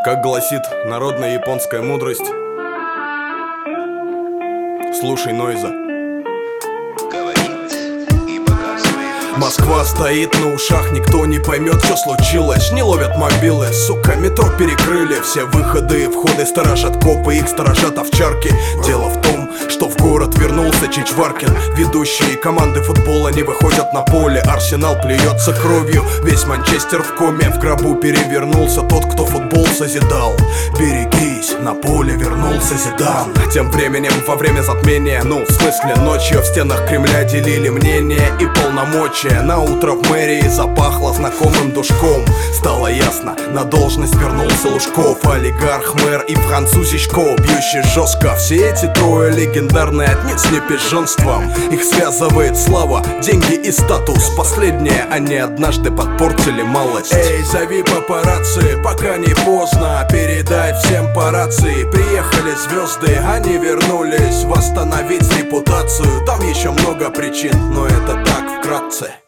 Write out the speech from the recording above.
Как гласит народная японская мудрость, слушай Нойза. Москва стоит на ушах, никто не поймет, что случилось. Не ловят мобилы, сука, метро перекрыли. Все выходы и входы сторожат копы, их сторожат овчарки. Дело в том, что в город вернулся Чичваркин. Ведущие команды футбола не выходят на поле. Арсенал плюется кровью, весь Манчестер в коме. В гробу перевернулся тот, кто футбол созидал. Берегись, на поле вернулся Зидан. Тем временем во время затмения, ну в смысле ночью, в стенах Кремля делили мнения и полномочия. На утро в мэрии запахло знакомым душком. Стало ясно, на должность вернулся Лужков. Олигарх, мэр и французичко, бьющий жестко. Все эти трое легендарные отнюдь с не пижонством. Их связывает слава, деньги и статус. Последнее они однажды подпортили малость. Эй, зови папарацци, пока не поздно. Передай всем по рации, приехали звезды. Они вернулись восстановить репутацию. Там еще много причин, но это так вкратце.